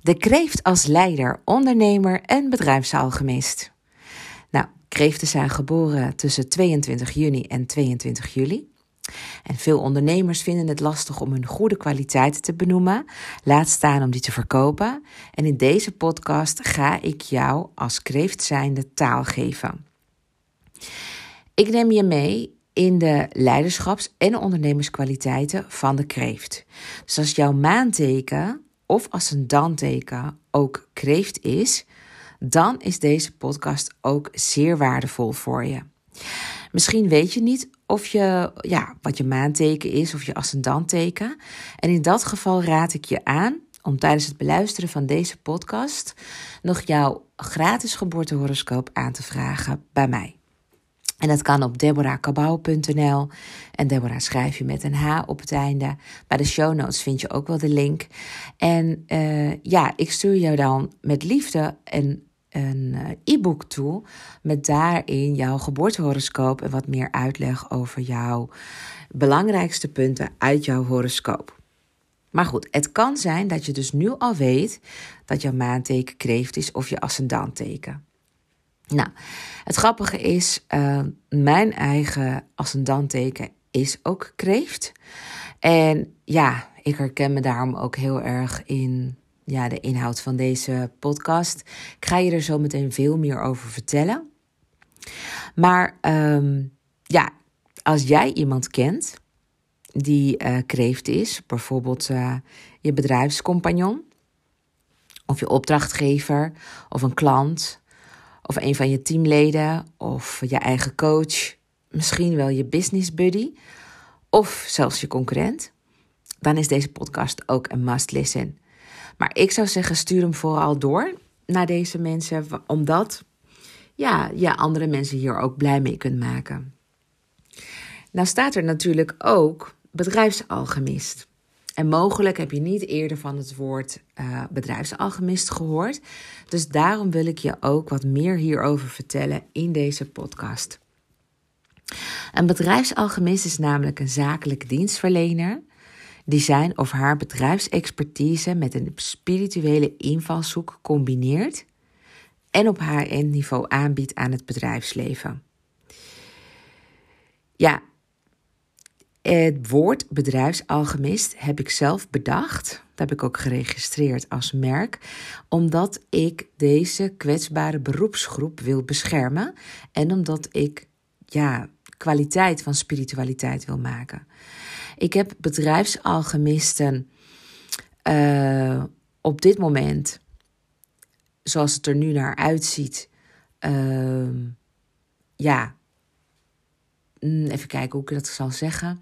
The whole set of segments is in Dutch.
De kreeft als leider, ondernemer en bedrijfsalchemist. Nou, kreeften zijn geboren tussen 22 juni en 22 juli. En veel ondernemers vinden het lastig om hun goede kwaliteiten te benoemen, laat staan om die te verkopen. En in deze podcast ga ik jou als kreeft zijnde taal geven. Ik neem je mee in de leiderschaps- en ondernemerskwaliteiten van de kreeft. Dus als jouw maanteken of ascendanteken ook kreeft is, dan is deze podcast ook zeer waardevol voor je. Misschien weet je niet wat je maanteken is of je ascendanteken. En in dat geval raad ik je aan om tijdens het beluisteren van deze podcast nog jouw gratis geboortehoroscoop aan te vragen bij mij. En dat kan op deborahkabau.nl. En Deborah schrijf je met een H op het einde. Bij de show notes vind je ook wel de link. En ik stuur jou dan met liefde een e-book toe met daarin jouw geboortehoroscoop en wat meer uitleg over jouw belangrijkste punten uit jouw horoscoop. Maar goed, het kan zijn dat je dus nu al weet dat jouw maanteken kreeft is of je ascendanteken. Nou, het grappige is, mijn eigen ascendanteken is ook kreeft. En ja, ik herken me daarom ook heel erg in de inhoud van deze podcast. Ik ga je er zo meteen veel meer over vertellen. Maar als jij iemand kent die kreeft is, bijvoorbeeld je bedrijfscompagnon, of je opdrachtgever, of een klant, of een van je teamleden, of je eigen coach, misschien wel je business buddy, of zelfs je concurrent, dan is deze podcast ook een must listen. Maar ik zou zeggen, stuur hem vooral door naar deze mensen, omdat je andere mensen hier ook blij mee kunt maken. Nou staat er natuurlijk ook bedrijfsalchemist. En mogelijk heb je niet eerder van het woord bedrijfsalchemist gehoord. Dus daarom wil ik je ook wat meer hierover vertellen in deze podcast. Een bedrijfsalchemist is namelijk een zakelijk dienstverlener die zijn of haar bedrijfsexpertise met een spirituele invalshoek combineert en op high-end niveau aanbiedt aan het bedrijfsleven. Ja, het woord bedrijfsalchemist heb ik zelf bedacht. Dat heb ik ook geregistreerd als merk, omdat ik deze kwetsbare beroepsgroep wil beschermen en omdat ik kwaliteit van spiritualiteit wil maken. Ik heb bedrijfsalchemisten op dit moment, zoals het er nu naar uitziet, even kijken hoe ik dat zal zeggen.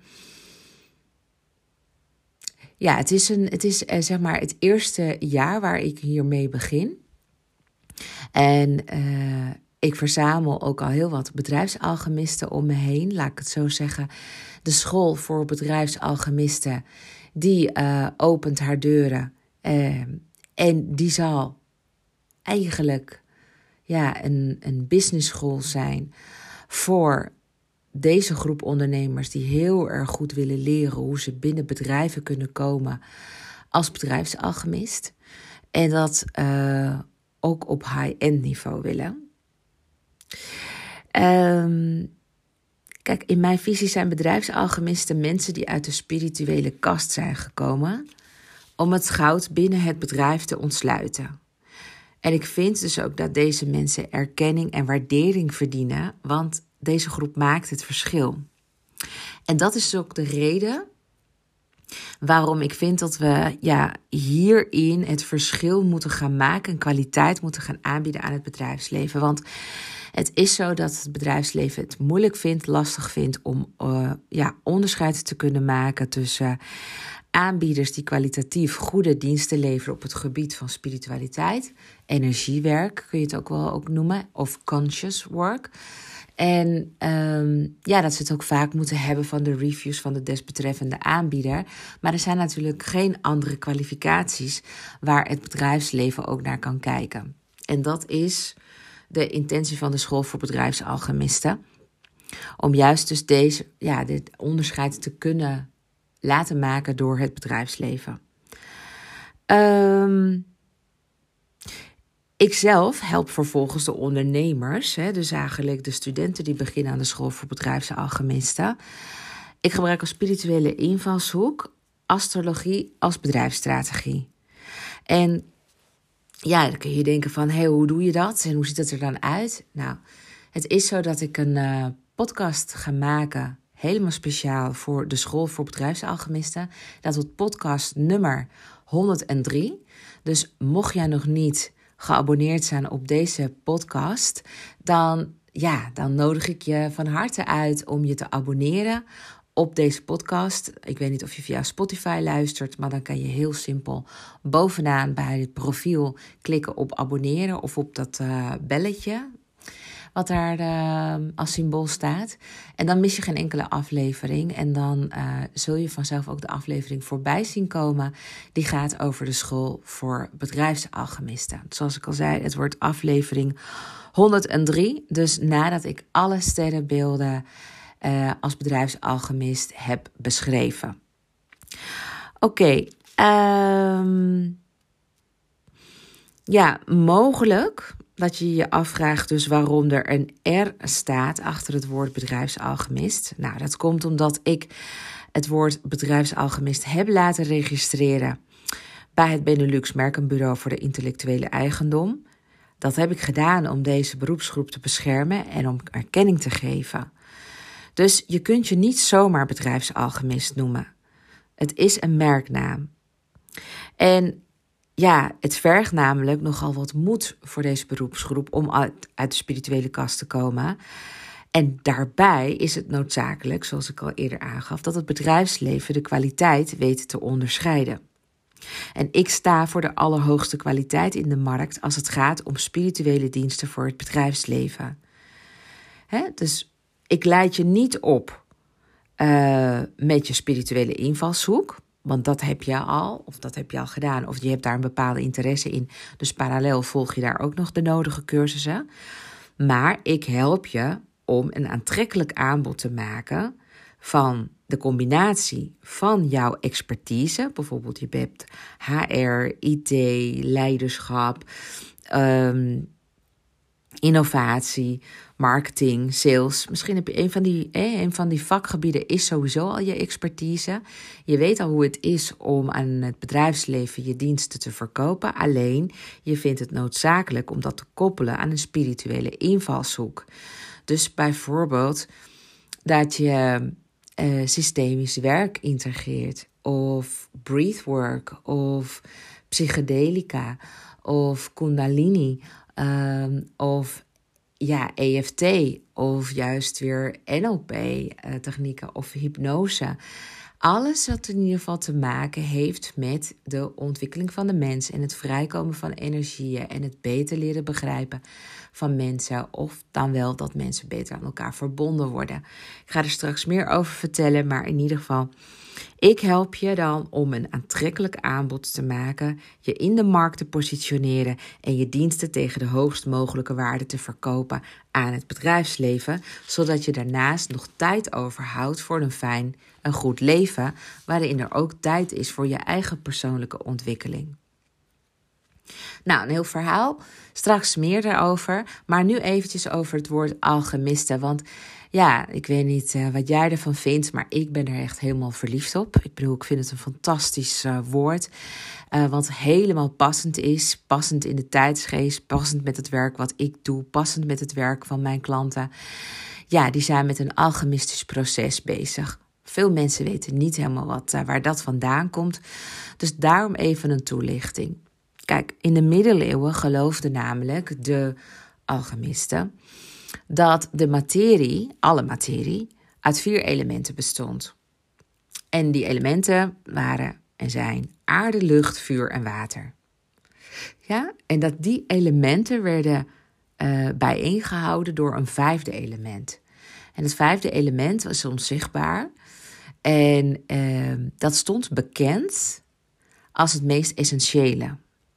Ja, het is zeg maar het eerste jaar waar ik hiermee begin. En ik verzamel ook al heel wat bedrijfsalchemisten om me heen, laat ik het zo zeggen. De school voor bedrijfsalchemisten, die opent haar deuren. En die zal eigenlijk een business school zijn voor deze groep ondernemers die heel erg goed willen leren hoe ze binnen bedrijven kunnen komen als bedrijfsalchemist. En dat ook op high-end niveau willen. Kijk, in mijn visie zijn bedrijfsalchemisten mensen die uit de spirituele kast zijn gekomen om het goud binnen het bedrijf te ontsluiten. En ik vind dus ook dat deze mensen erkenning en waardering verdienen, want deze groep maakt het verschil. En dat is ook de reden waarom ik vind dat we hierin het verschil moeten gaan maken en kwaliteit moeten gaan aanbieden aan het bedrijfsleven. Want het is zo dat het bedrijfsleven het moeilijk vindt, lastig vindt om onderscheid te kunnen maken tussen aanbieders die kwalitatief goede diensten leveren op het gebied van spiritualiteit, energiewerk kun je het ook wel noemen, of conscious work. En dat ze het ook vaak moeten hebben van de reviews van de desbetreffende aanbieder. Maar er zijn natuurlijk geen andere kwalificaties waar het bedrijfsleven ook naar kan kijken. En dat is de intentie van de school voor bedrijfsalchemisten. Om juist dus dit onderscheid te kunnen laten maken door het bedrijfsleven. Ik zelf help vervolgens de ondernemers, dus eigenlijk de studenten die beginnen aan de school voor bedrijfsalchemisten. Ik gebruik als spirituele invalshoek astrologie als bedrijfsstrategie. En ja, dan kun je denken van, hoe doe je dat en hoe ziet het er dan uit? Nou, het is zo dat ik een podcast ga maken, helemaal speciaal voor de school voor bedrijfsalchemisten. Dat wordt podcast nummer 103. Dus mocht jij nog niet geabonneerd zijn op deze podcast, dan nodig ik je van harte uit om je te abonneren op deze podcast. Ik weet niet of je via Spotify luistert, maar dan kan je heel simpel bovenaan bij het profiel klikken op abonneren of op dat belletje wat daar als symbool staat. En dan mis je geen enkele aflevering. En dan zul je vanzelf ook de aflevering voorbij zien komen. Die gaat over de school voor bedrijfsalchemisten. Zoals ik al zei, het wordt aflevering 103. Dus nadat ik alle sterrenbeelden als bedrijfsalchemist heb beschreven. Oké. Mogelijk dat je je afvraagt dus waarom er een R staat achter het woord bedrijfsalchemist. Nou, dat komt omdat ik het woord bedrijfsalchemist heb laten registreren bij het Benelux Merkenbureau voor de intellectuele eigendom. Dat heb ik gedaan om deze beroepsgroep te beschermen en om erkenning te geven. Dus je kunt je niet zomaar bedrijfsalchemist noemen. Het is een merknaam. En ja, het vergt namelijk nogal wat moed voor deze beroepsgroep om uit de spirituele kast te komen. En daarbij is het noodzakelijk, zoals ik al eerder aangaf, dat het bedrijfsleven de kwaliteit weet te onderscheiden. En ik sta voor de allerhoogste kwaliteit in de markt als het gaat om spirituele diensten voor het bedrijfsleven. Dus ik leid je niet op met je spirituele invalshoek. Want dat heb je al, of dat heb je al gedaan, of je hebt daar een bepaalde interesse in. Dus parallel volg je daar ook nog de nodige cursussen. Maar ik help je om een aantrekkelijk aanbod te maken van de combinatie van jouw expertise. Bijvoorbeeld je hebt HR, IT, leiderschap, innovatie, marketing, sales. Misschien heb je een van die vakgebieden is sowieso al je expertise. Je weet al hoe het is om aan het bedrijfsleven je diensten te verkopen. Alleen, je vindt het noodzakelijk om dat te koppelen aan een spirituele invalshoek. Dus bijvoorbeeld dat je systemisch werk integreert, of breathwork, of psychedelica, of kundalini, of EFT, of juist weer NLP-technieken of hypnose. Alles wat in ieder geval te maken heeft met de ontwikkeling van de mens en het vrijkomen van energieën en het beter leren begrijpen van mensen, of dan wel dat mensen beter aan elkaar verbonden worden. Ik ga er straks meer over vertellen, maar in ieder geval, ik help je dan om een aantrekkelijk aanbod te maken, je in de markt te positioneren en je diensten tegen de hoogst mogelijke waarde te verkopen aan het bedrijfsleven, zodat je daarnaast nog tijd overhoudt voor een goed leven, waarin er ook tijd is voor je eigen persoonlijke ontwikkeling. Nou, een heel verhaal, straks meer daarover, maar nu eventjes over het woord alchemisten, want ja, ik weet niet wat jij ervan vindt, maar ik ben er echt helemaal verliefd op. Ik vind het een fantastisch woord, wat helemaal passend is, passend in de tijdsgeest, passend met het werk wat ik doe, passend met het werk van mijn klanten. Ja, die zijn met een alchemistisch proces bezig. Veel mensen weten niet helemaal waar dat vandaan komt, dus daarom even een toelichting. Kijk, in de middeleeuwen geloofden namelijk de alchemisten dat de materie, alle materie, uit 4 elementen bestond. En die elementen waren en zijn aarde, lucht, vuur en water. Ja, en dat die elementen werden bijeengehouden door een 5e element. En het 5e element was onzichtbaar. En dat stond bekend als het meest essentiële.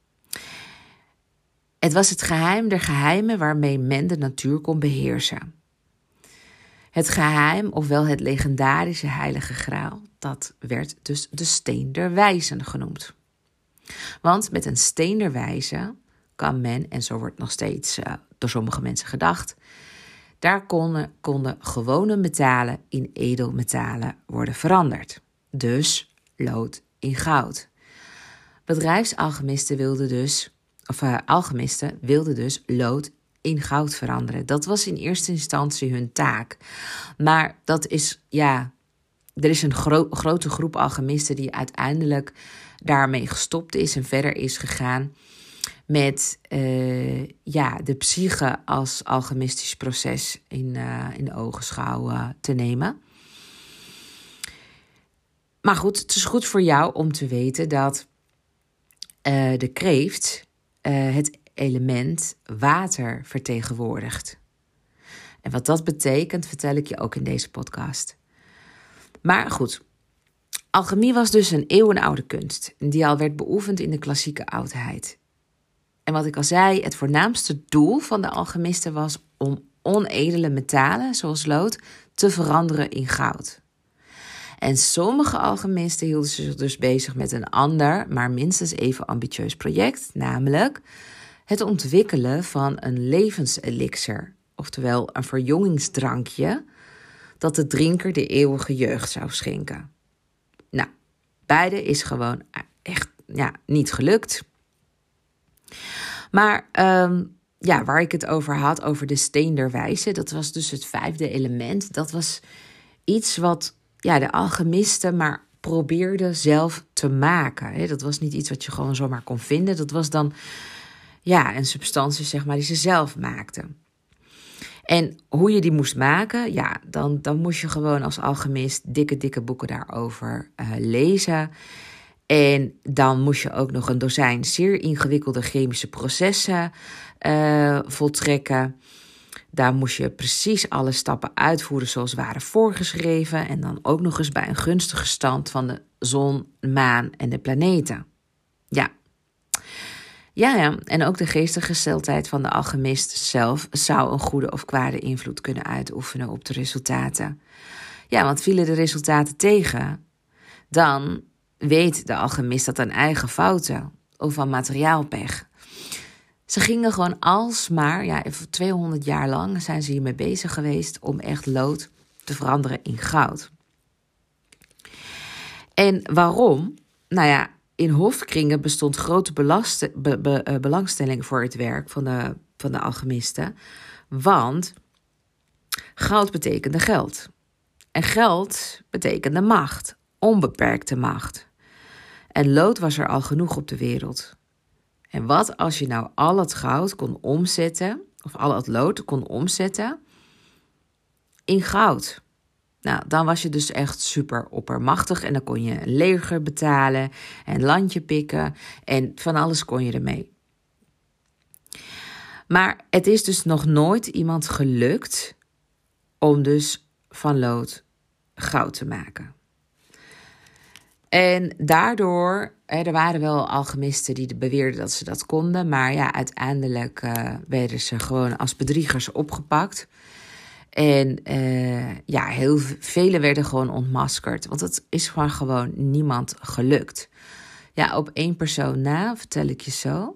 Het was het geheim der geheimen waarmee men de natuur kon beheersen. Het geheim, ofwel het legendarische heilige graal, dat werd dus de steen der wijzen genoemd. Want met een steen der wijzen kan men, en zo wordt nog steeds door sommige mensen gedacht, daar konden gewone metalen in edelmetalen worden veranderd. Dus lood in goud. Bedrijfsalchemisten wilden dus lood in goud veranderen. Dat was in eerste instantie hun taak. Maar er is een grote groep alchemisten die uiteindelijk daarmee gestopt is en verder is gegaan met de psyche als alchemistisch proces in ogenschouw te nemen. Maar goed, het is goed voor jou om te weten dat de kreeft het element water vertegenwoordigt. En wat dat betekent, vertel ik je ook in deze podcast. Maar goed, alchemie was dus een eeuwenoude kunst die al werd beoefend in de klassieke oudheid. En wat ik al zei, het voornaamste doel van de alchemisten was om onedele metalen, zoals lood, te veranderen in goud. En sommige alchemisten hielden zich dus bezig met een ander, maar minstens even ambitieus project, namelijk het ontwikkelen van een levenselixer, oftewel een verjongingsdrankje, dat de drinker de eeuwige jeugd zou schenken. Nou, beide is gewoon echt niet gelukt. Maar waar ik het over had, over de steen der wijze, dat was dus het 5e element. Dat was iets wat de alchemisten maar probeerden zelf te maken. Dat was niet iets wat je gewoon zomaar kon vinden. Dat was dan een substantie, zeg maar, die ze zelf maakten. En hoe je die moest maken, dan moest je gewoon als alchemist dikke boeken daarover lezen. En dan moest je ook nog een dozijn zeer ingewikkelde chemische processen voltrekken. Daar moest je precies alle stappen uitvoeren zoals waren voorgeschreven. En dan ook nog eens bij een gunstige stand van de zon, maan en de planeten. Ja, en ook de geestesgesteldheid van de alchemist zelf zou een goede of kwade invloed kunnen uitoefenen op de resultaten. Ja, want vielen de resultaten tegen, dan weet de alchemist dat aan eigen fouten of aan materiaalpech. Ze gingen gewoon alsmaar, 200 jaar lang zijn ze hiermee bezig geweest om echt lood te veranderen in goud. En waarom? In hofkringen bestond grote belangstelling voor het werk van de alchemisten, want goud betekende geld. En geld betekende macht, onbeperkte macht. En lood was er al genoeg op de wereld. En wat als je nou al het goud kon omzetten, of al het lood kon omzetten in goud? Nou, dan was je dus echt super oppermachtig en dan kon je een leger betalen en landje pikken en van alles kon je ermee. Maar het is dus nog nooit iemand gelukt om dus van lood goud te maken. En daardoor, er waren wel alchemisten die beweerden dat ze dat konden, maar uiteindelijk werden ze gewoon als bedriegers opgepakt. En heel vele werden gewoon ontmaskerd, want het is gewoon niemand gelukt. Ja, op 1 persoon na, vertel ik je zo.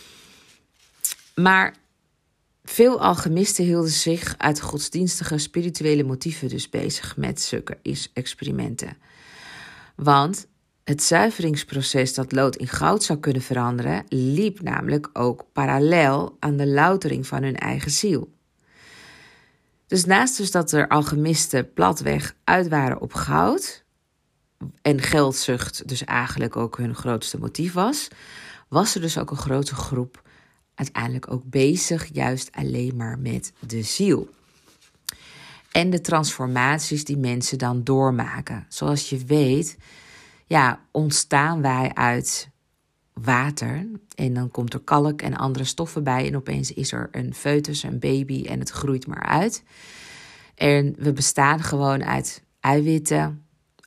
Maar veel alchemisten hielden zich uit godsdienstige, spirituele motieven dus bezig met zulke experimenten. Want het zuiveringsproces dat lood in goud zou kunnen veranderen, liep namelijk ook parallel aan de loutering van hun eigen ziel. Dus naast dus dat er alchemisten platweg uit waren op goud en geldzucht dus eigenlijk ook hun grootste motief was er dus ook een grote groep uiteindelijk ook bezig juist alleen maar met de ziel. En de transformaties die mensen dan doormaken. Zoals je weet, ontstaan wij uit water en dan komt er kalk en andere stoffen bij en opeens is er een foetus, een baby en het groeit maar uit. En we bestaan gewoon uit eiwitten.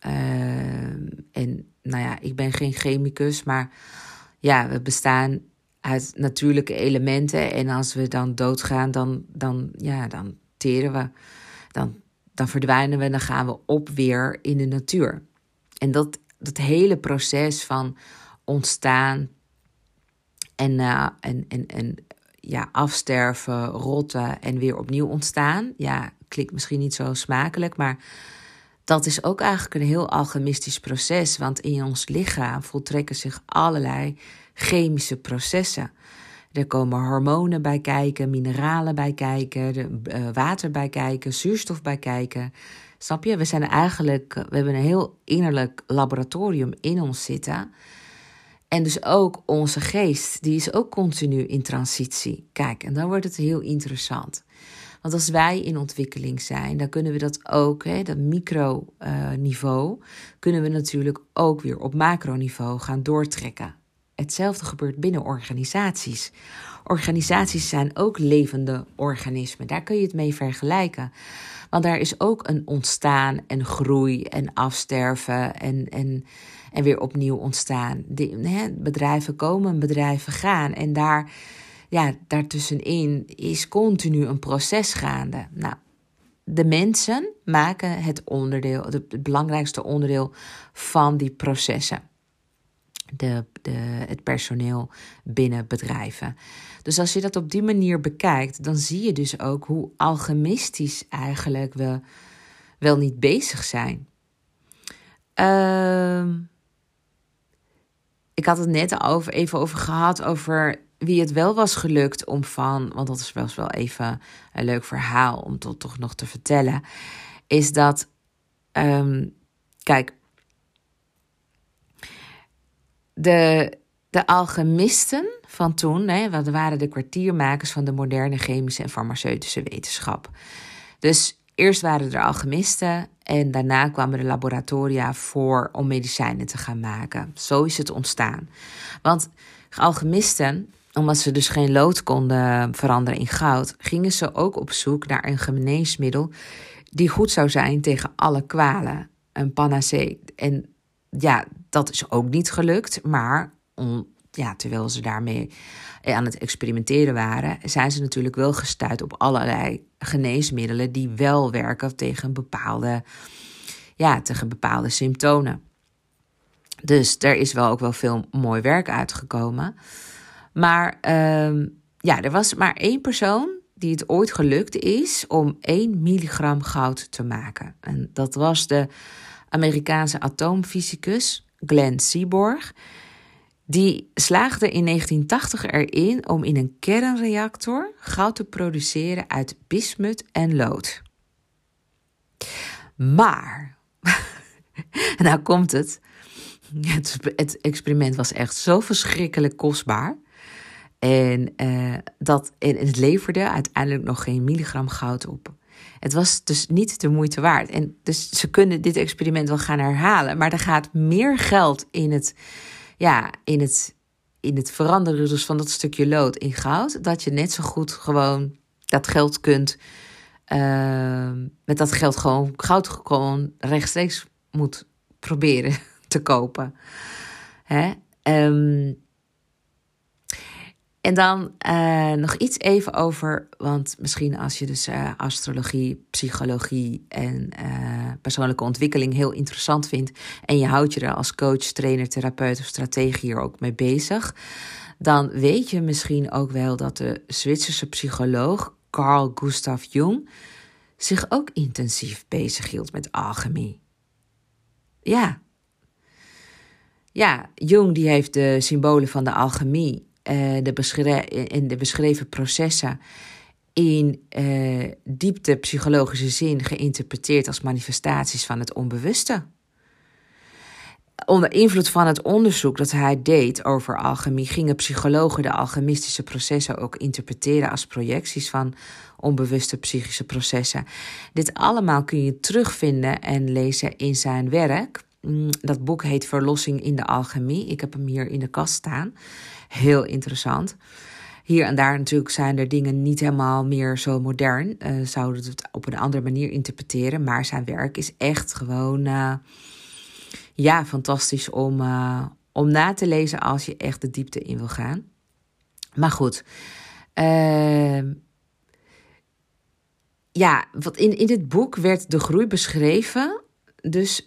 Ik ben geen chemicus, maar we bestaan uit natuurlijke elementen en als we dan doodgaan, dan teren we, dan verdwijnen we en dan gaan we op weer in de natuur. En dat hele proces van ontstaan En afsterven, rotten en weer opnieuw ontstaan. Ja, klinkt misschien niet zo smakelijk, maar dat is ook eigenlijk een heel alchemistisch proces. Want in ons lichaam voltrekken zich allerlei chemische processen. Er komen hormonen bij kijken, mineralen bij kijken, water bij kijken, zuurstof bij kijken. Snap je? We hebben een heel innerlijk laboratorium in ons zitten. En dus ook onze geest, die is ook continu in transitie. Kijk, en dan wordt het heel interessant. Want als wij in ontwikkeling zijn, dan kunnen we dat ook, dat microniveau, kunnen we natuurlijk ook weer op macroniveau gaan doortrekken. Hetzelfde gebeurt binnen organisaties. Organisaties zijn ook levende organismen. Daar kun je het mee vergelijken. Want daar is ook een ontstaan en groei en afsterven en weer opnieuw ontstaan. Bedrijven komen, bedrijven gaan. En daartussenin is continu een proces gaande. Nou, de mensen maken het belangrijkste onderdeel van die processen. Het personeel binnen bedrijven. Dus als je dat op die manier bekijkt, dan zie je dus ook hoe alchemistisch eigenlijk we wel niet bezig zijn. Ik had het net even over gehad, over wie het wel was gelukt want dat is wel even een leuk verhaal om toch nog te vertellen, is dat, kijk, de alchemisten van toen, dat waren de kwartiermakers van de moderne chemische en farmaceutische wetenschap. Dus eerst waren er alchemisten en daarna kwamen de laboratoria om medicijnen te gaan maken. Zo is het ontstaan. Want alchemisten, omdat ze dus geen lood konden veranderen in goud, gingen ze ook op zoek naar een geneesmiddel die goed zou zijn tegen alle kwalen. Een panacee. En ja, dat is ook niet gelukt, maar terwijl ze daarmee aan het experimenteren waren, zijn ze natuurlijk wel gestuurd op allerlei geneesmiddelen die wel werken tegen bepaalde symptomen. Dus er is wel ook wel veel mooi werk uitgekomen. Maar er was maar één persoon die het ooit gelukt is om 1 milligram goud te maken. En dat was de Amerikaanse atoomfysicus Glenn Seaborg. Die slaagde in 1980 erin om in een kernreactor goud te produceren uit bismuth en lood. Maar, nou komt het. Het experiment was echt zo verschrikkelijk kostbaar. En het leverde uiteindelijk nog geen milligram goud op. Het was dus niet de moeite waard. En dus ze kunnen dit experiment wel gaan herhalen. Maar er gaat meer geld in het veranderen dus van dat stukje lood in goud, dat je net zo goed gewoon dat geld kunt, met dat geld gewoon goud gewoon rechtstreeks moet proberen te kopen. En dan nog iets even over, want misschien als je dus astrologie, psychologie en persoonlijke ontwikkeling heel interessant vindt en je houdt je er als coach, trainer, therapeut of stratege hier ook mee bezig, dan weet je misschien ook wel dat de Zwitserse psycholoog Carl Gustav Jung zich ook intensief bezighield met alchemie. Ja, Jung die heeft de symbolen van de alchemie, de beschreven processen in diepte psychologische zin geïnterpreteerd als manifestaties van het onbewuste. Onder invloed van het onderzoek dat hij deed over alchemie, gingen psychologen de alchemistische processen ook interpreteren als projecties van onbewuste psychische processen. Dit allemaal kun je terugvinden en lezen in zijn werk. Dat boek heet Verlossing in de Alchemie. Ik heb hem hier in de kast staan. Heel interessant. Hier en daar natuurlijk zijn er dingen niet helemaal meer zo modern. Zouden het op een andere manier interpreteren. Maar zijn werk is echt gewoon fantastisch om na te lezen als je echt de diepte in wil gaan. Maar goed. Wat in dit boek werd de groei beschreven. Dus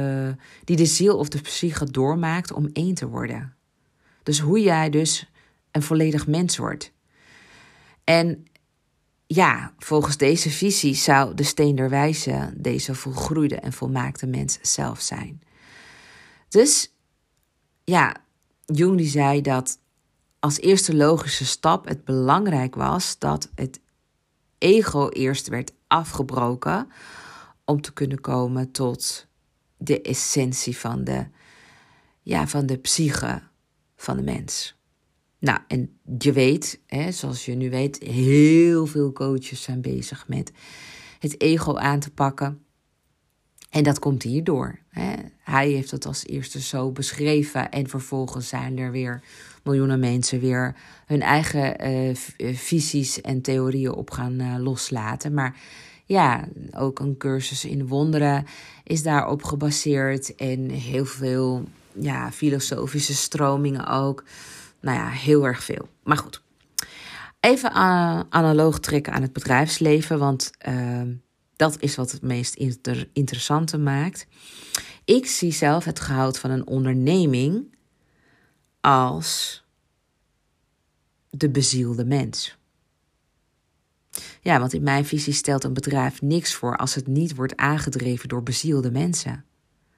die de ziel of de psyche doormaakt om één te worden. Dus hoe jij dus en volledig mens wordt. En ja, volgens deze visie zou de steen der wijze deze volgroeide en volmaakte mens zelf zijn. Dus ja, Jung die zei dat als eerste logische stap het belangrijk was dat het ego eerst werd afgebroken om te kunnen komen tot de essentie van de psyche van de mens. Nou, en je weet, zoals je nu weet, heel veel coaches zijn bezig met het ego aan te pakken. En dat komt hierdoor. Hij heeft het als eerste zo beschreven en vervolgens zijn er weer miljoenen mensen weer hun eigen visies en theorieën op gaan loslaten. Maar ja, ook een cursus in wonderen is daarop gebaseerd en heel veel filosofische stromingen ook. Nou ja, heel erg veel. Maar goed, even analoog trekken aan het bedrijfsleven, want dat is wat het meest interessante maakt. Ik zie zelf het gehoud van een onderneming als de bezielde mens. Ja, want in mijn visie stelt een bedrijf niks voor als het niet wordt aangedreven door bezielde mensen.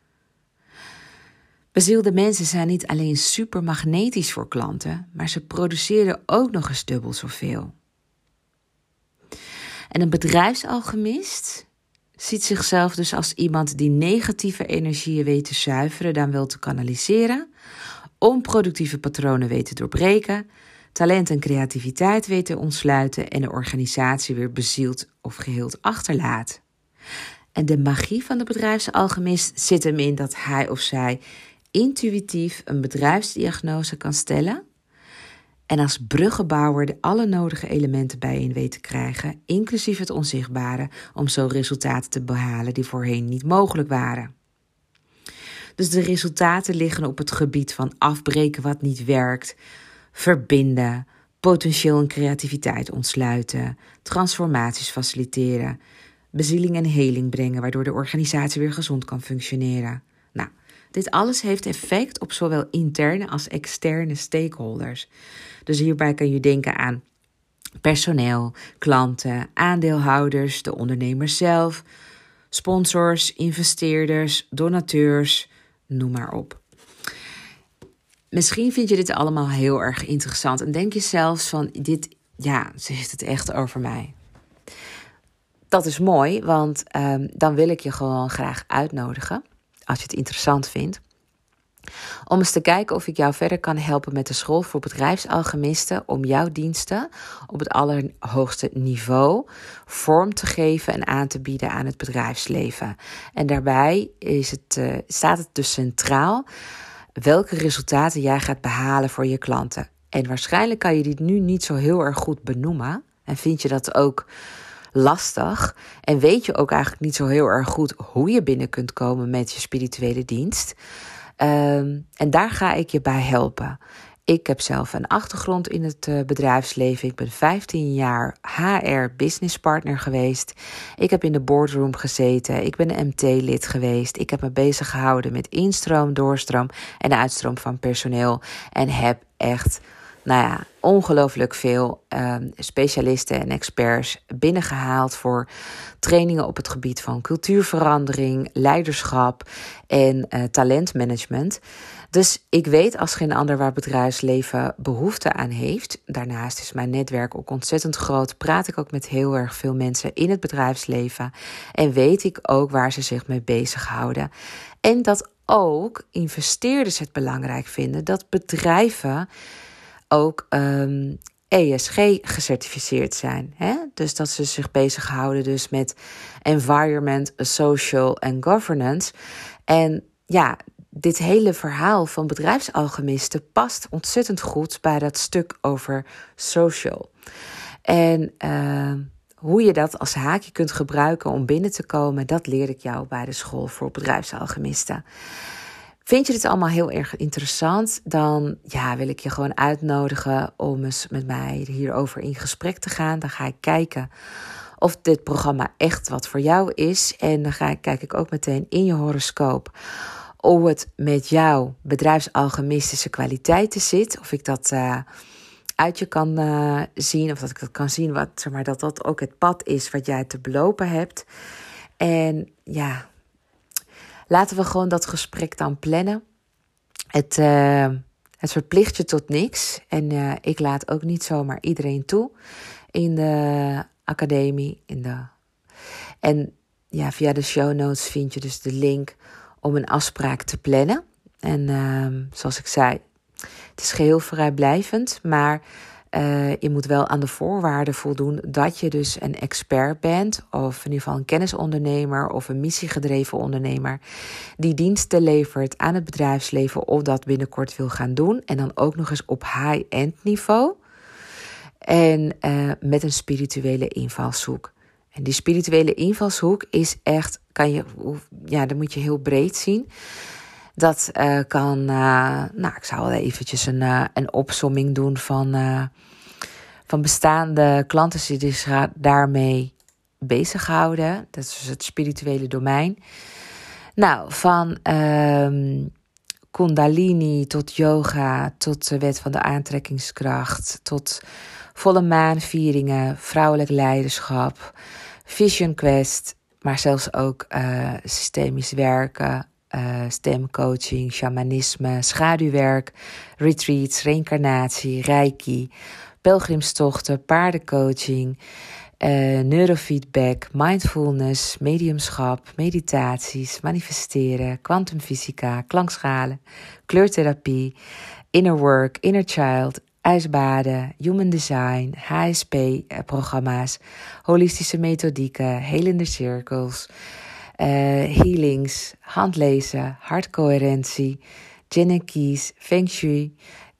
Bezielde mensen zijn niet alleen supermagnetisch voor klanten, maar ze produceren ook nog eens dubbel zoveel. En een bedrijfsalchemist ziet zichzelf dus als iemand die negatieve energieën weet te zuiveren, dan wel te kanaliseren, onproductieve patronen weet te doorbreken, talent en creativiteit weet te ontsluiten en de organisatie weer bezield of geheeld achterlaat. En de magie van de bedrijfsalchemist zit hem in dat hij of zij intuïtief een bedrijfsdiagnose kan stellen en als bruggenbouwer alle nodige elementen bijeen weet te krijgen, inclusief het onzichtbare, om zo resultaten te behalen die voorheen niet mogelijk waren. Dus de resultaten liggen op het gebied van afbreken wat niet werkt, verbinden, potentieel en creativiteit ontsluiten, transformaties faciliteren, bezieling en heling brengen, waardoor de organisatie weer gezond kan functioneren. Nou, dit alles heeft effect op zowel interne als externe stakeholders. Dus hierbij kan je denken aan personeel, klanten, aandeelhouders, de ondernemers zelf, sponsors, investeerders, donateurs, noem maar op. Misschien vind je dit allemaal heel erg interessant en denk je zelfs van ze heeft het echt over mij. Dat is mooi, want dan wil ik je gewoon graag uitnodigen, als je het interessant vindt, om eens te kijken of ik jou verder kan helpen met de school voor bedrijfsalchemisten om jouw diensten op het allerhoogste niveau vorm te geven en aan te bieden aan het bedrijfsleven. En daarbij staat het dus centraal welke resultaten jij gaat behalen voor je klanten. En waarschijnlijk kan je dit nu niet zo heel erg goed benoemen en vind je dat ook lastig en weet je ook eigenlijk niet zo heel erg goed hoe je binnen kunt komen met je spirituele dienst. En daar ga ik je bij helpen. Ik heb zelf een achtergrond in het bedrijfsleven. Ik ben 15 jaar HR business partner geweest. Ik heb in de boardroom gezeten. Ik ben een MT-lid geweest. Ik heb me bezig gehouden met instroom, doorstroom en de uitstroom van personeel. En heb echt ongelooflijk veel specialisten en experts binnengehaald voor trainingen op het gebied van cultuurverandering, leiderschap en talentmanagement. Dus ik weet als geen ander waar bedrijfsleven behoefte aan heeft. Daarnaast is mijn netwerk ook ontzettend groot. Praat ik ook met heel erg veel mensen in het bedrijfsleven. En weet ik ook waar ze zich mee bezighouden. En dat ook investeerders het belangrijk vinden dat bedrijven ook ESG gecertificeerd zijn. Dus dat ze zich bezighouden dus met environment, social en governance. En ja, dit hele verhaal van bedrijfsalchemisten past ontzettend goed bij dat stuk over social. En hoe je dat als haakje kunt gebruiken om binnen te komen, dat leer ik jou bij de school voor bedrijfsalchemisten. Vind je dit allemaal heel erg interessant? Dan wil ik je gewoon uitnodigen om eens met mij hierover in gesprek te gaan. Dan ga ik kijken of dit programma echt wat voor jou is. En dan kijk ik ook meteen in je horoscoop hoe het met jouw bedrijfsalchemistische kwaliteiten zit. Of ik dat uit je kan zien, of dat ik dat kan zien, dat dat ook het pad is wat jij te belopen hebt. En ja, laten we gewoon dat gesprek dan plannen. Het verplicht je tot niks. En ik laat ook niet zomaar iedereen toe in de academie. En ja, via de show notes vind je dus de link om een afspraak te plannen. En zoals ik zei, het is geheel vrijblijvend, maar je moet wel aan de voorwaarden voldoen dat je dus een expert bent, of in ieder geval een kennisondernemer of een missiegedreven ondernemer die diensten levert aan het bedrijfsleven of dat binnenkort wil gaan doen. En dan ook nog eens op high-end niveau en met een spirituele invalshoek. En die spirituele invalshoek is echt, dat moet je heel breed zien. Dat kan, ik zou wel eventjes een opsomming doen van bestaande klanten die zich daarmee bezighouden. Dat is het spirituele domein. Nou, van Kundalini tot yoga, tot de wet van de aantrekkingskracht, tot volle maanvieringen, vrouwelijk leiderschap, Vision Quest, maar zelfs ook systemisch werken, stemcoaching, shamanisme, schaduwwerk, retreats, reïncarnatie, reiki, pelgrimstochten, paardencoaching, neurofeedback, mindfulness, mediumschap, meditaties, manifesteren, kwantumfysica, klankschalen, kleurtherapie, inner work, inner child, ijsbaden, human design, HSP-programma's, holistische methodieken, helende cirkels, healings, handlezen, hartcoherentie, Gene Keys, Feng Shui,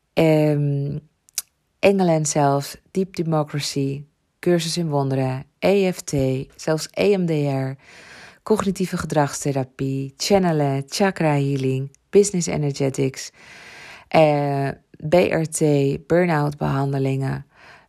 engelen zelfs, Deep Democracy, cursus in wonderen, EFT, zelfs EMDR, cognitieve gedragstherapie, channelen, chakra healing, business energetics, BRT, burn-out behandelingen,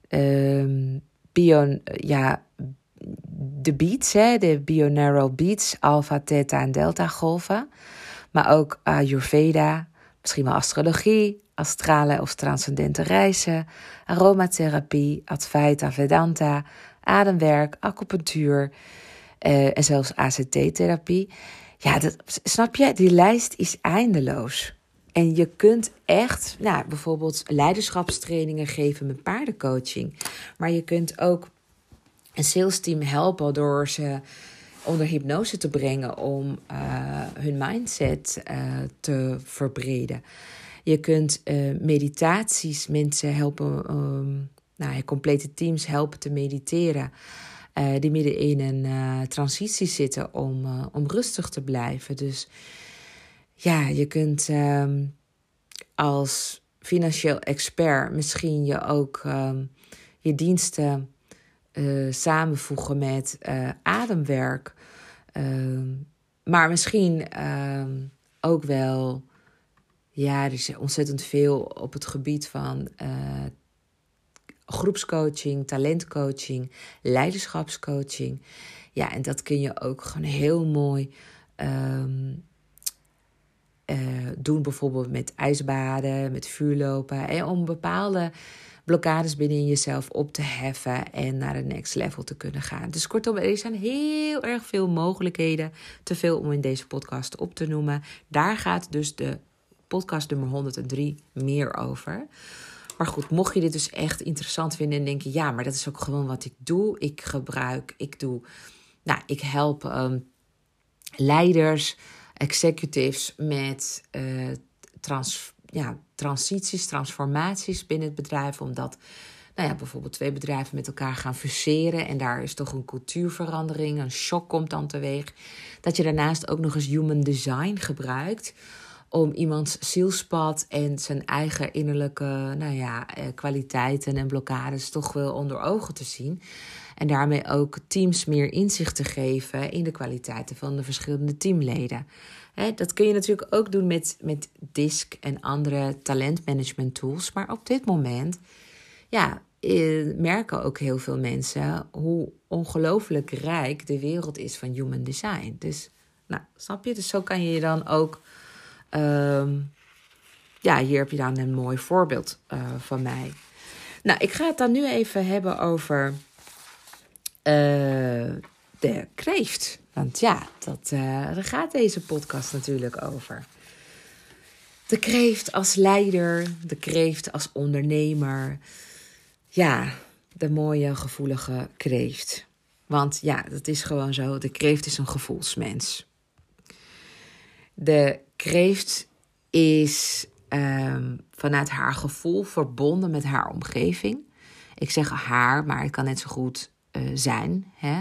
de beats, de binaural beats, alpha, theta en delta golven. Maar ook Ayurveda, misschien wel astrologie, astrale of transcendente reizen, aromatherapie, Advaita Vedanta, ademwerk, acupunctuur en zelfs ACT-therapie. Ja, snap je? Die lijst is eindeloos. En je kunt echt, bijvoorbeeld leiderschapstrainingen geven met paardencoaching. Maar je kunt ook een salesteam helpen door ze onder hypnose te brengen om hun mindset te verbreden. Je kunt meditaties mensen helpen, complete teams helpen te mediteren. Die midden in een transitie zitten om rustig te blijven. Dus ja, je kunt als financieel expert misschien je ook je diensten samenvoegen met ademwerk. Maar misschien ook wel, er is ontzettend veel op het gebied van groepscoaching, talentcoaching, leiderschapscoaching. Ja, en dat kun je ook gewoon heel mooi doen, bijvoorbeeld met ijsbaden, met vuurlopen. Om bepaalde blokkades binnen jezelf op te heffen en naar de next level te kunnen gaan. Dus kortom, er zijn heel erg veel mogelijkheden. Te veel om in deze podcast op te noemen. Daar gaat dus de podcast nummer 103 meer over. Maar goed, mocht je dit dus echt interessant vinden en denken, ja, maar dat is ook gewoon wat ik doe. Ik help leiders, executives met transities, transformaties binnen het bedrijf. Omdat bijvoorbeeld 2 bedrijven met elkaar gaan fuseren en daar is toch een cultuurverandering, een shock komt dan teweeg. Dat je daarnaast ook nog eens human design gebruikt om iemands zielspad en zijn eigen innerlijke kwaliteiten en blokkades toch wel onder ogen te zien. En daarmee ook teams meer inzicht te geven in de kwaliteiten van de verschillende teamleden. Dat kun je natuurlijk ook doen met DISC en andere talentmanagement tools. Maar op dit moment merken ook heel veel mensen hoe ongelooflijk rijk de wereld is van human design. Dus, snap je? Dus zo kan je dan ook hier heb je dan een mooi voorbeeld van mij. Nou, ik ga het dan nu even hebben over de kreeft. Want ja, daar gaat deze podcast natuurlijk over. De kreeft als leider, de kreeft als ondernemer. Ja, de mooie, gevoelige kreeft. Want ja, dat is gewoon zo. De kreeft is een gevoelsmens. De kreeft is vanuit haar gevoel verbonden met haar omgeving. Ik zeg haar, maar het kan net zo goed zijn. Hè?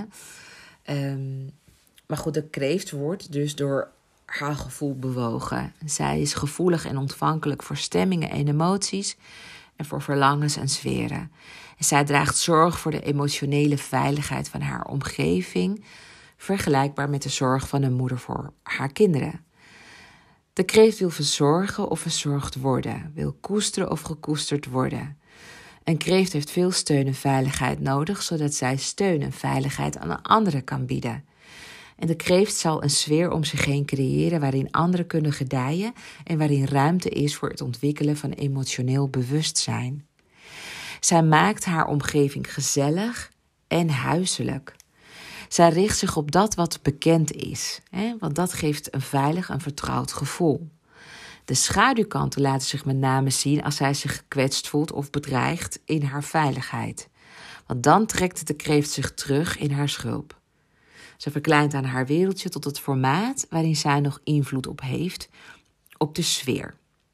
Maar goed, de kreeft wordt dus door haar gevoel bewogen. Zij is gevoelig en ontvankelijk voor stemmingen en emoties en voor verlangens en sferen. En zij draagt zorg voor de emotionele veiligheid van haar omgeving, vergelijkbaar met de zorg van een moeder voor haar kinderen. De kreeft wil verzorgen of verzorgd worden, wil koesteren of gekoesterd worden. Een kreeft heeft veel steun en veiligheid nodig, zodat zij steun en veiligheid aan anderen kan bieden. En de kreeft zal een sfeer om zich heen creëren waarin anderen kunnen gedijen en waarin ruimte is voor het ontwikkelen van emotioneel bewustzijn. Zij maakt haar omgeving gezellig en huiselijk. Zij richt zich op dat wat bekend is, want dat geeft een veilig en vertrouwd gevoel. De schaduwkanten laten zich met name zien als zij zich gekwetst voelt of bedreigd in haar veiligheid. Want dan trekt de kreeft zich terug in haar schulp. Ze verkleint aan haar wereldje tot het formaat waarin zij nog invloed op heeft, op de sfeer.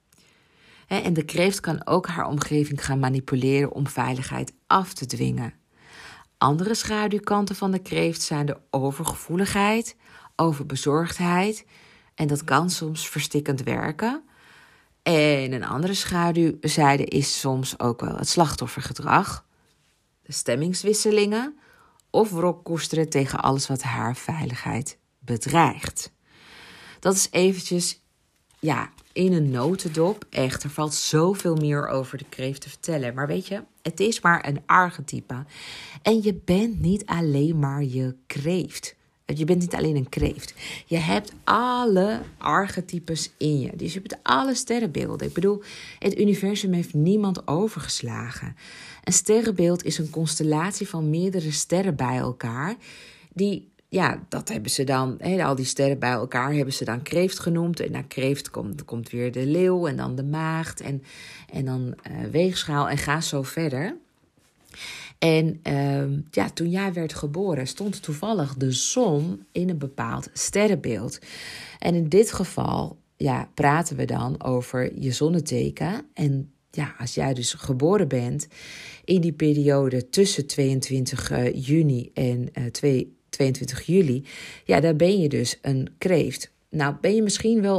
En de kreeft kan ook haar omgeving gaan manipuleren om veiligheid af te dwingen. Andere schaduwkanten van de kreeft zijn de overgevoeligheid, overbezorgdheid. En dat kan soms verstikkend werken. En een andere schaduwzijde is soms ook wel het slachtoffergedrag. De stemmingswisselingen of wrokkoesteren tegen alles wat haar veiligheid bedreigt. Dat is eventjes, in een notendop. Echt, er valt zoveel meer over de kreeft te vertellen. Maar weet je, het is maar een archetype. En je bent niet alleen maar je kreeft. Je bent niet alleen een kreeft. Je hebt alle archetypes in je. Dus je hebt alle sterrenbeelden. Ik bedoel, het universum heeft niemand overgeslagen. Een sterrenbeeld is een constellatie van meerdere sterren bij elkaar. Dat hebben ze dan, al die sterren bij elkaar hebben ze dan kreeft genoemd. En na kreeft komt weer de leeuw en dan de maagd en dan weegschaal en ga zo verder. En toen jij werd geboren stond toevallig de zon in een bepaald sterrenbeeld. En in dit geval praten we dan over je zonneteken. En als jij dus geboren bent in die periode tussen 22 juni en 22 juli, dan ben je dus een kreeft. Nou ben je misschien wel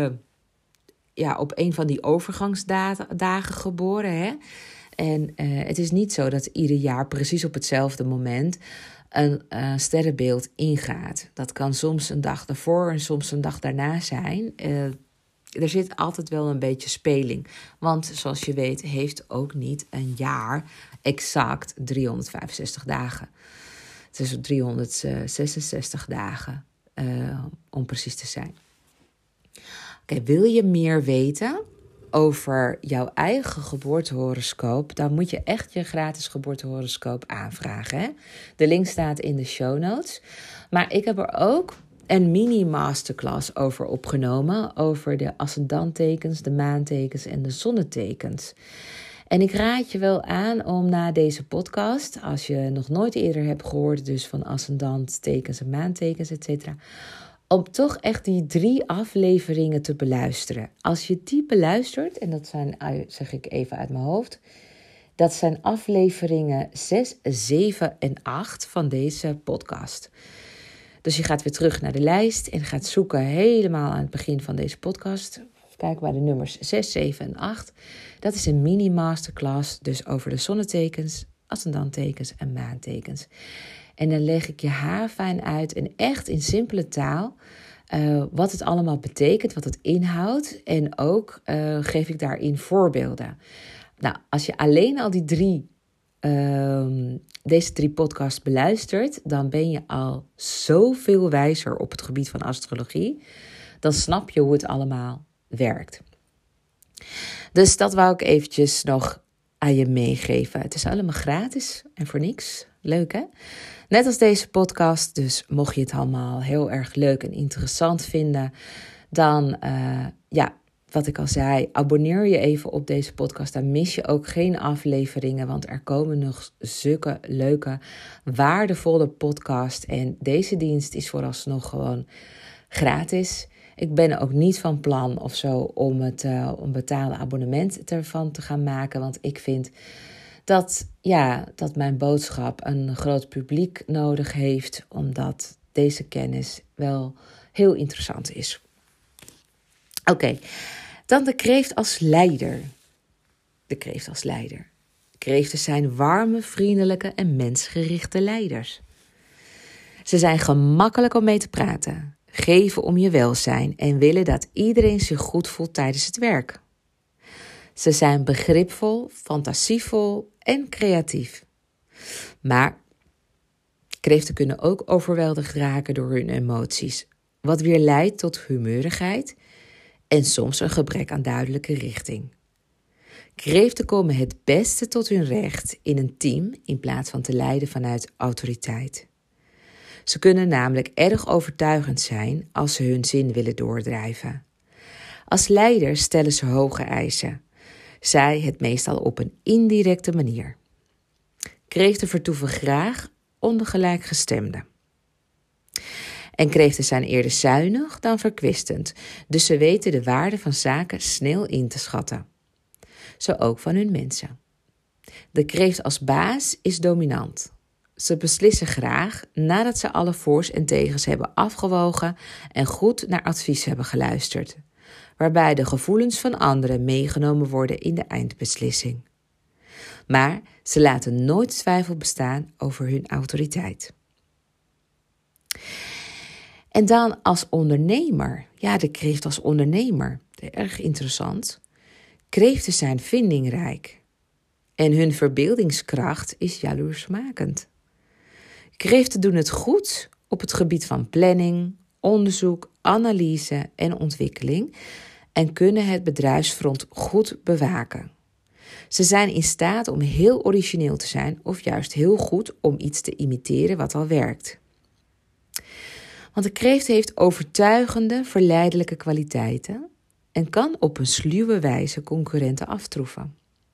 op een van die overgangsdagen geboren, hè? En het is niet zo dat ieder jaar precies op hetzelfde moment een sterrenbeeld ingaat. Dat kan soms een dag daarvoor en soms een dag daarna zijn. Er zit altijd wel een beetje speling. Want zoals je weet heeft ook niet een jaar exact 365 dagen. Het is 366 dagen om precies te zijn. Oké, wil je meer weten over jouw eigen geboortehoroscoop, dan moet je echt je gratis geboortehoroscoop aanvragen. Hè? De link staat in de show notes. Maar ik heb er ook een mini-masterclass over opgenomen, over de ascendantekens, de maantekens en de zonnetekens. En ik raad je wel aan om na deze podcast, als je nog nooit eerder hebt gehoord dus van ascendanttekens en maantekens, etc., om toch echt die 3 afleveringen te beluisteren. Als je die beluistert, en dat zijn, zeg ik even uit mijn hoofd, dat zijn afleveringen 6, 7 en 8 van deze podcast. Dus je gaat weer terug naar de lijst en gaat zoeken helemaal aan het begin van deze podcast. Kijk bij de nummers 6, 7 en 8. Dat is een mini-masterclass, dus over de zonnetekens, ascendantekens en maantekens. En dan leg ik je haarfijn uit en echt in simpele taal wat het allemaal betekent, wat het inhoudt. En ook geef ik daarin voorbeelden. Nou, als je alleen al deze 3 podcasts beluistert, dan ben je al zoveel wijzer op het gebied van astrologie. Dan snap je hoe het allemaal werkt. Dus dat wou ik eventjes nog aan je meegeven. Het is allemaal gratis en voor niks. Leuk hè? Net als deze podcast. Dus mocht je het allemaal heel erg leuk en interessant vinden, dan wat ik al zei, abonneer je even op deze podcast. Dan mis je ook geen afleveringen, want er komen nog zulke leuke, waardevolle podcasts. En deze dienst is vooralsnog gewoon gratis. Ik ben ook niet van plan of zo om een betaalde abonnement ervan te gaan maken. Want ik vind dat mijn boodschap een groot publiek nodig heeft. Omdat deze kennis wel heel interessant is. Oké, dan de kreeft als leider. De kreeft als leider. Kreeften zijn warme, vriendelijke en mensgerichte leiders. Ze zijn gemakkelijk om mee te praten, geven om je welzijn en willen dat iedereen zich goed voelt tijdens het werk. Ze zijn begripvol, fantasievol en creatief. Maar kreeften kunnen ook overweldigd raken door hun emoties, wat weer leidt tot humeurigheid en soms een gebrek aan duidelijke richting. Kreeften komen het beste tot hun recht in een team in plaats van te leiden vanuit autoriteit. Ze kunnen namelijk erg overtuigend zijn als ze hun zin willen doordrijven. Als leider stellen ze hoge eisen. Zij het meestal op een indirecte manier. Kreeften vertoeven graag onder gelijkgestemden. En kreeften zijn eerder zuinig dan verkwistend, dus ze weten de waarde van zaken snel in te schatten. Zo ook van hun mensen. De kreeft als baas is dominant. Ze beslissen graag nadat ze alle voor's en tegens hebben afgewogen en goed naar advies hebben geluisterd, waarbij de gevoelens van anderen meegenomen worden in de eindbeslissing. Maar ze laten nooit twijfel bestaan over hun autoriteit. En dan als ondernemer. Ja, de kreeft als ondernemer. Erg interessant. Kreeften zijn vindingrijk. En hun verbeeldingskracht is jaloersmakend. Kreeften doen het goed op het gebied van planning, onderzoek, analyse en ontwikkeling en kunnen het bedrijfsfront goed bewaken. Ze zijn in staat om heel origineel te zijn of juist heel goed om iets te imiteren wat al werkt. Want de kreeft heeft overtuigende, verleidelijke kwaliteiten en kan op een sluwe wijze concurrenten aftroeven.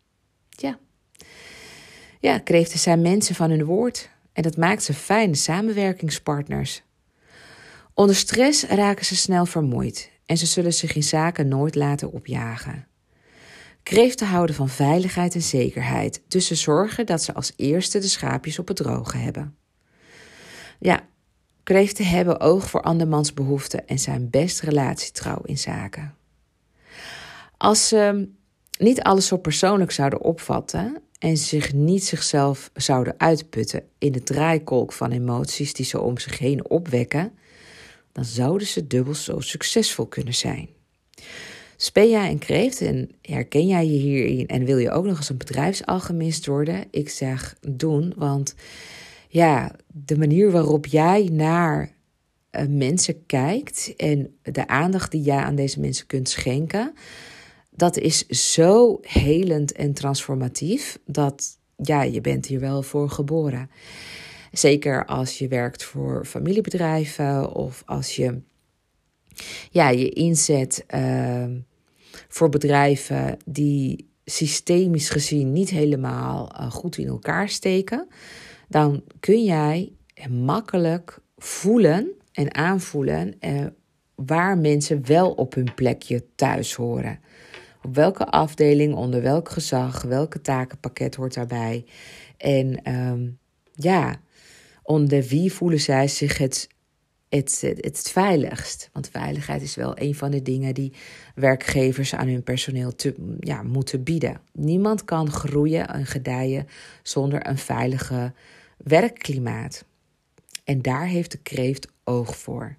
Ja, kreeften zijn mensen van hun woord en dat maakt ze fijne samenwerkingspartners. Onder stress raken ze snel vermoeid en ze zullen zich in zaken nooit laten opjagen. Kreeften houden van veiligheid en zekerheid, dus ze zorgen dat ze als eerste de schaapjes op het droge hebben. Ja, kreeften hebben oog voor andermans behoeften en zijn best relatietrouw in zaken. Als ze niet alles zo persoonlijk zouden opvatten en zich niet zichzelf zouden uitputten in de draaikolk van emoties die ze om zich heen opwekken, dan zouden ze dubbel zo succesvol kunnen zijn. Dus ben jij een kreeft en herken jij je hierin en wil je ook nog eens een bedrijfsalchemist worden? Ik zeg doen, want ja, de manier waarop jij naar mensen kijkt en de aandacht die jij aan deze mensen kunt schenken, dat is zo helend en transformatief dat je bent hier wel voor geboren. Zeker als je werkt voor familiebedrijven of als je je inzet voor bedrijven die systemisch gezien niet helemaal goed in elkaar steken, dan kun jij makkelijk voelen en aanvoelen waar mensen wel op hun plekje thuis horen. Op welke afdeling, onder welk gezag, welke takenpakket hoort daarbij. En onder wie voelen zij zich het veiligst. Want veiligheid is wel een van de dingen die werkgevers aan hun personeel moeten bieden. Niemand kan groeien en gedijen zonder een veilige werkklimaat. En daar heeft de kreeft oog voor.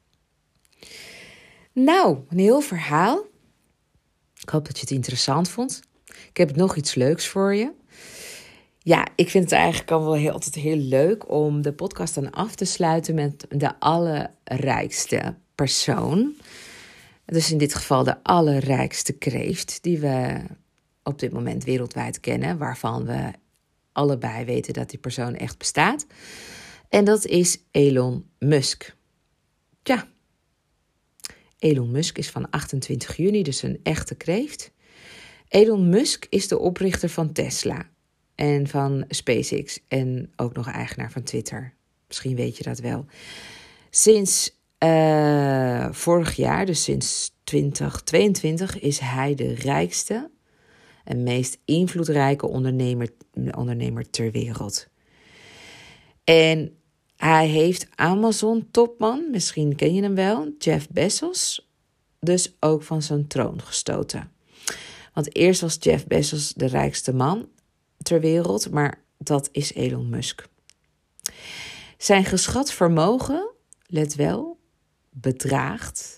Nou, een heel verhaal. Ik hoop dat je het interessant vond. Ik heb nog iets leuks voor je. Ja, ik vind het eigenlijk al wel altijd heel leuk om de podcast dan af te sluiten met de allerrijkste persoon. Dus in dit geval de allerrijkste kreeft die we op dit moment wereldwijd kennen, waarvan we allebei weten dat die persoon echt bestaat. En dat is Elon Musk. Ja, Elon Musk is van 28 juni, dus een echte kreeft. Elon Musk is de oprichter van Tesla en van SpaceX en ook nog eigenaar van Twitter. Misschien weet je dat wel. Sinds vorig jaar, dus sinds 2022, is hij de rijkste en meest invloedrijke ondernemer ter wereld. En hij heeft Amazon-topman, misschien ken je hem wel, Jeff Bezos, dus ook van zijn troon gestoten. Want eerst was Jeff Bezos de rijkste man ter wereld, maar dat is Elon Musk. Zijn geschat vermogen, let wel, bedraagt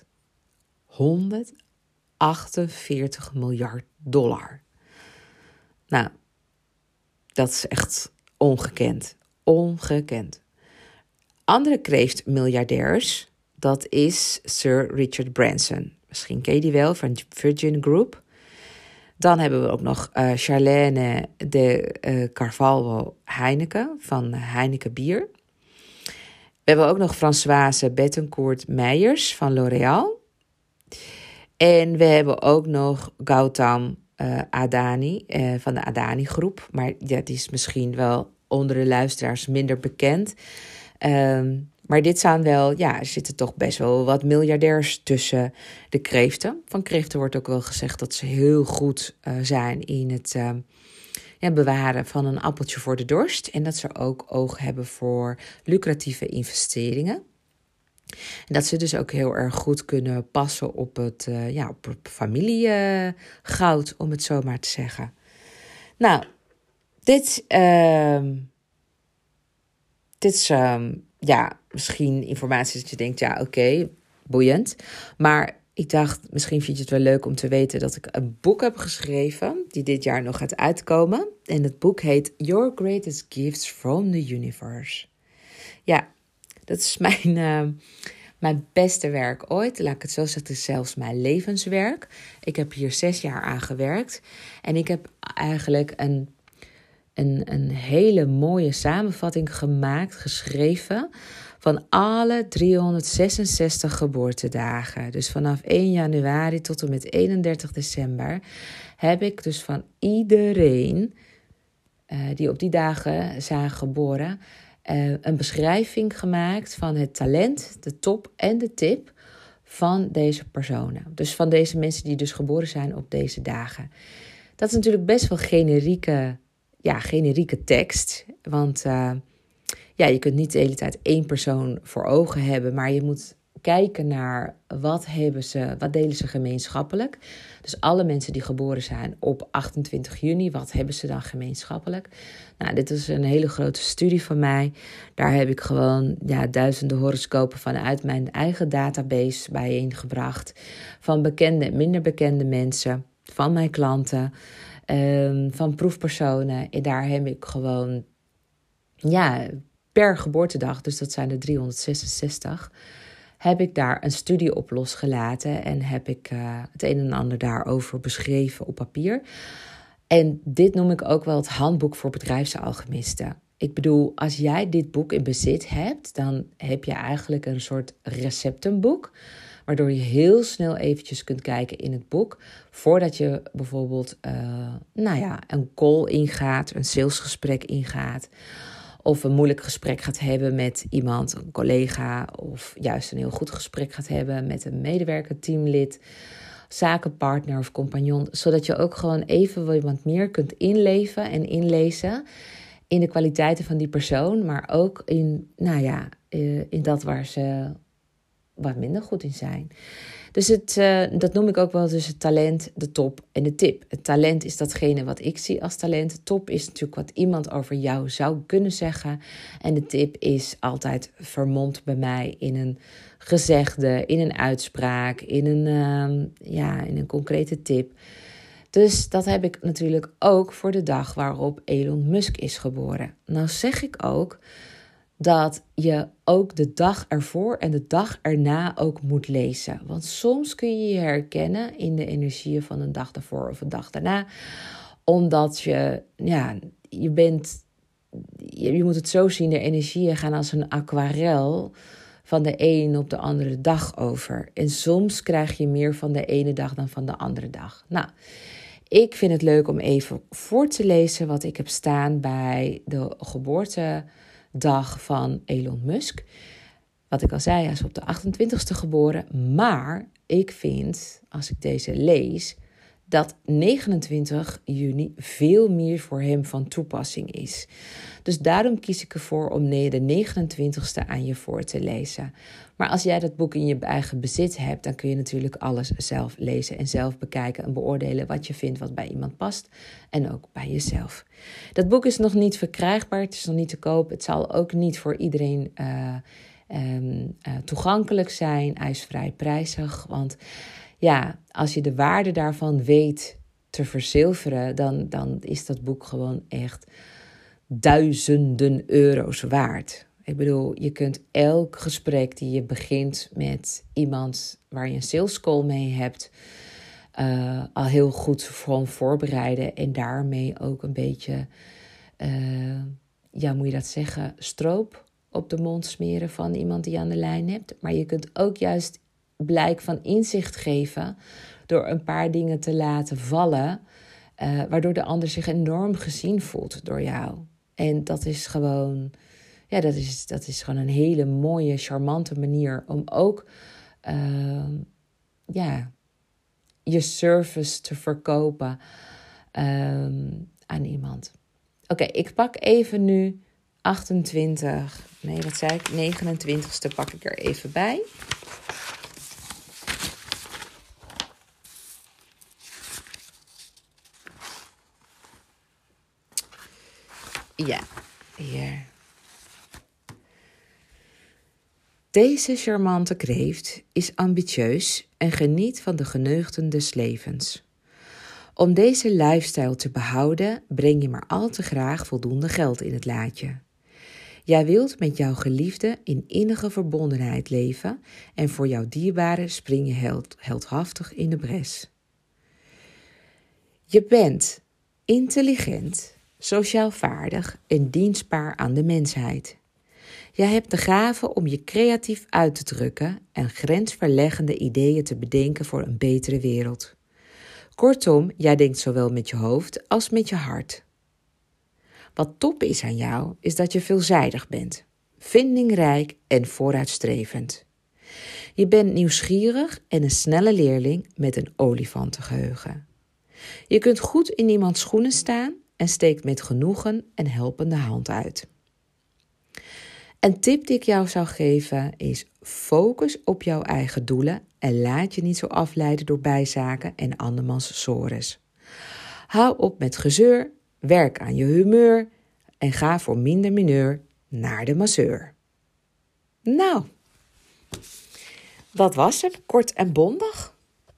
$148 miljard. Nou, dat is echt ongekend. Ongekend. Andere kreeftmiljardairs, dat is Sir Richard Branson. Misschien ken je die wel, van Virgin Group. Dan hebben we ook nog Charlene de Carvalho Heineken van Heineken Bier. We hebben ook nog Françoise Bettencourt-Meijers van L'Oréal. En we hebben ook nog Gautam Adani van de Adani Groep. Maar ja, die is misschien wel onder de luisteraars minder bekend. Maar dit zijn wel, ja, er zitten toch best wel wat miljardairs tussen de kreeften. Van kreeften wordt ook wel gezegd dat ze heel goed zijn in het bewaren van een appeltje voor de dorst. En dat ze ook oog hebben voor lucratieve investeringen. En dat ze dus ook heel erg goed kunnen passen op het op familiegoud, om het zo maar te zeggen. Nou, dit is misschien informatie dat je denkt, ja, oké, boeiend. Maar ik dacht, misschien vind je het wel leuk om te weten dat ik een boek heb geschreven die dit jaar nog gaat uitkomen. En het boek heet Your Greatest Gifts from the Universe. Ja, dat is mijn beste werk ooit. Laat ik het zo zeggen, zelfs mijn levenswerk. Ik heb hier 6 jaar aan gewerkt. En ik heb eigenlijk een hele mooie samenvatting geschreven van alle 366 geboortedagen. Dus vanaf 1 januari tot en met 31 december heb ik dus van iedereen die op die dagen zijn geboren een beschrijving gemaakt van het talent, de top en de tip van deze personen. Dus van deze mensen die dus geboren zijn op deze dagen. Dat is natuurlijk best wel generieke tekst. Want je kunt niet de hele tijd 1 persoon voor ogen hebben, maar je moet kijken naar wat delen ze gemeenschappelijk. Dus alle mensen die geboren zijn op 28 juni, wat hebben ze dan gemeenschappelijk? Nou, dit is een hele grote studie van mij. Daar heb ik gewoon duizenden horoscopen vanuit mijn eigen database bijeengebracht. Van bekende en minder bekende mensen, van mijn klanten, van proefpersonen. En daar heb ik gewoon, per geboortedag, dus dat zijn er 366... heb ik daar een studie op losgelaten en heb ik het een en ander daarover beschreven op papier. En dit noem ik ook wel het handboek voor bedrijfsalchemisten. Ik bedoel, als jij dit boek in bezit hebt, dan heb je eigenlijk een soort receptenboek, waardoor je heel snel eventjes kunt kijken in het boek, voordat je bijvoorbeeld een call ingaat, een salesgesprek ingaat, of een moeilijk gesprek gaat hebben met iemand, een collega, of juist een heel goed gesprek gaat hebben met een medewerker, teamlid, zakenpartner of compagnon. Zodat je ook gewoon even wat meer kunt inleven en inlezen in de kwaliteiten van die persoon, maar ook in dat waar ze wat minder goed in zijn. Dus dat noem ik ook wel dus het talent, de top en de tip. Het talent is datgene wat ik zie als talent. De top is natuurlijk wat iemand over jou zou kunnen zeggen. En de tip is altijd vermomd bij mij in een gezegde, in een uitspraak, in een concrete tip. Dus dat heb ik natuurlijk ook voor de dag waarop Elon Musk is geboren. Nou zeg ik ook dat je ook de dag ervoor en de dag erna ook moet lezen. Want soms kun je je herkennen in de energieën van een dag daarvoor of een dag daarna. Omdat je moet het zo zien, de energieën gaan als een aquarel van de een op de andere dag over. En soms krijg je meer van de ene dag dan van de andere dag. Nou, ik vind het leuk om even voor te lezen wat ik heb staan bij de geboortedag van Elon Musk. Wat ik al zei, hij is op de 28e geboren. Maar ik vind, als ik deze lees, dat 29 juni veel meer voor hem van toepassing is. Dus daarom kies ik ervoor om de 29e aan je voor te lezen. Maar als jij dat boek in je eigen bezit hebt, dan kun je natuurlijk alles zelf lezen en zelf bekijken en beoordelen wat je vindt wat bij iemand past en ook bij jezelf. Dat boek is nog niet verkrijgbaar, het is nog niet te koop. Het zal ook niet voor iedereen toegankelijk zijn. Hij is vrij prijzig, want ja, als je de waarde daarvan weet te verzilveren, dan is dat boek gewoon echt duizenden euro's waard. Ik bedoel, je kunt elk gesprek die je begint met iemand waar je een sales call mee hebt, al heel goed gewoon voorbereiden en daarmee ook een beetje, moet je dat zeggen, stroop op de mond smeren van iemand die je aan de lijn hebt. Maar je kunt ook juist blijk van inzicht geven door een paar dingen te laten vallen, waardoor de ander zich enorm gezien voelt door jou. En dat is gewoon, dat is gewoon een hele mooie, charmante manier om ook je service te verkopen aan iemand. Oké, ik pak even nu 29ste pak ik er even bij. Ja, hier. Deze charmante kreeft is ambitieus en geniet van de geneugten des levens. Om deze lifestyle te behouden, breng je maar al te graag voldoende geld in het laadje. Jij wilt met jouw geliefde in innige verbondenheid leven en voor jouw dierbaren spring je heldhaftig in de bres. Je bent intelligent, sociaal vaardig en dienstbaar aan de mensheid. Jij hebt de gave om je creatief uit te drukken en grensverleggende ideeën te bedenken voor een betere wereld. Kortom, jij denkt zowel met je hoofd als met je hart. Wat top is aan jou, is dat je veelzijdig bent, vindingrijk en vooruitstrevend. Je bent nieuwsgierig en een snelle leerling met een olifantengeheugen. Je kunt goed in iemands schoenen staan en steekt met genoegen een helpende hand uit. Een tip die ik jou zou geven is: focus op jouw eigen doelen en laat je niet zo afleiden door bijzaken en andermans sores. Hou op met gezeur, werk aan je humeur en ga voor minder mineur naar de masseur. Nou, dat was het, kort en bondig.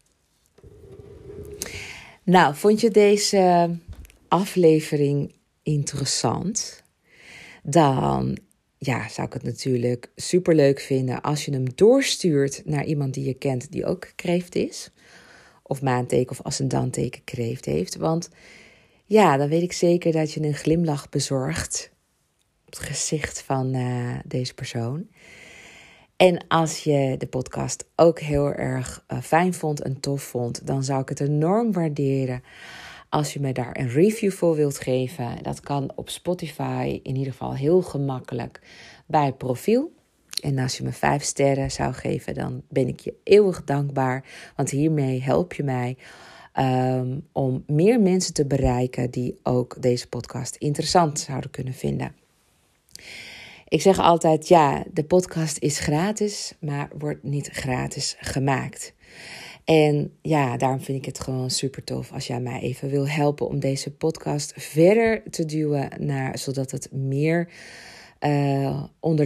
Nou, vond je deze aflevering interessant? Dan zou ik het natuurlijk superleuk vinden als je hem doorstuurt naar iemand die je kent die ook kreeft is. Of maanteken of ascendanteken kreeft heeft. Want dan weet ik zeker dat je een glimlach bezorgt op het gezicht van deze persoon. En als je de podcast ook heel erg fijn vond en tof vond, dan zou ik het enorm waarderen als je me daar een review voor wilt geven. Dat kan op Spotify in ieder geval heel gemakkelijk bij profiel. En als je me 5 sterren zou geven, dan ben ik je eeuwig dankbaar. Want hiermee help je mij om meer mensen te bereiken die ook deze podcast interessant zouden kunnen vinden. Ik zeg altijd, de podcast is gratis, maar wordt niet gratis gemaakt. En daarom vind ik het gewoon super tof als jij mij even wil helpen om deze podcast verder te duwen, zodat het meer onder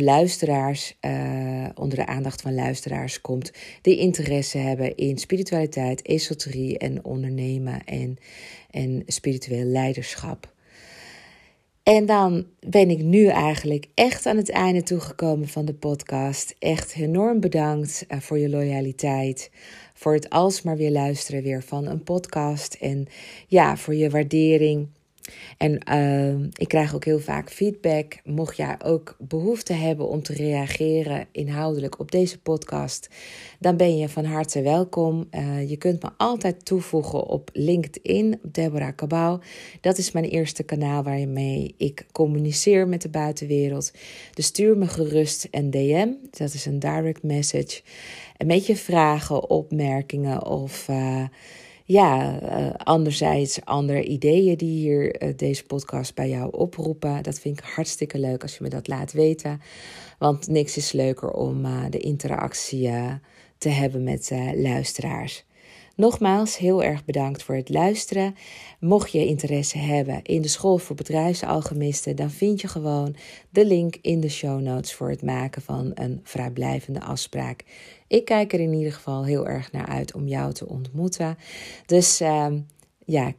de aandacht van luisteraars komt die interesse hebben in spiritualiteit, esoterie en ondernemen en spiritueel leiderschap. En dan ben ik nu eigenlijk echt aan het einde toegekomen van de podcast. Echt enorm bedankt voor je loyaliteit. Voor het alsmaar weer luisteren weer van een podcast. En ja, voor je waardering. En ik krijg ook heel vaak feedback. Mocht jij ook behoefte hebben om te reageren inhoudelijk op deze podcast, dan ben je van harte welkom. Je kunt me altijd toevoegen op LinkedIn, Deborah Cabau. Dat is mijn eerste kanaal waarmee ik communiceer met de buitenwereld. Dus stuur me gerust een DM, dat is een direct message. Met je vragen, opmerkingen of anderzijds andere ideeën die hier deze podcast bij jou oproepen. Dat vind ik hartstikke leuk als je me dat laat weten. Want niks is leuker om de interactie te hebben met luisteraars. Nogmaals, heel erg bedankt voor het luisteren. Mocht je interesse hebben in de School voor Bedrijfsalchemisten, dan vind je gewoon de link in de show notes voor het maken van een vrijblijvende afspraak. Ik kijk er in ieder geval heel erg naar uit om jou te ontmoeten. Dus het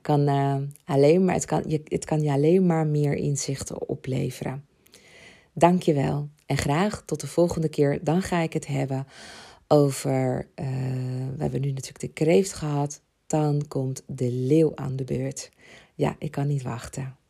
kan je alleen maar meer inzichten opleveren. Dank je wel en graag tot de volgende keer. Dan ga ik het hebben over, we hebben nu natuurlijk de kreeft gehad, dan komt de leeuw aan de beurt. Ja, ik kan niet wachten.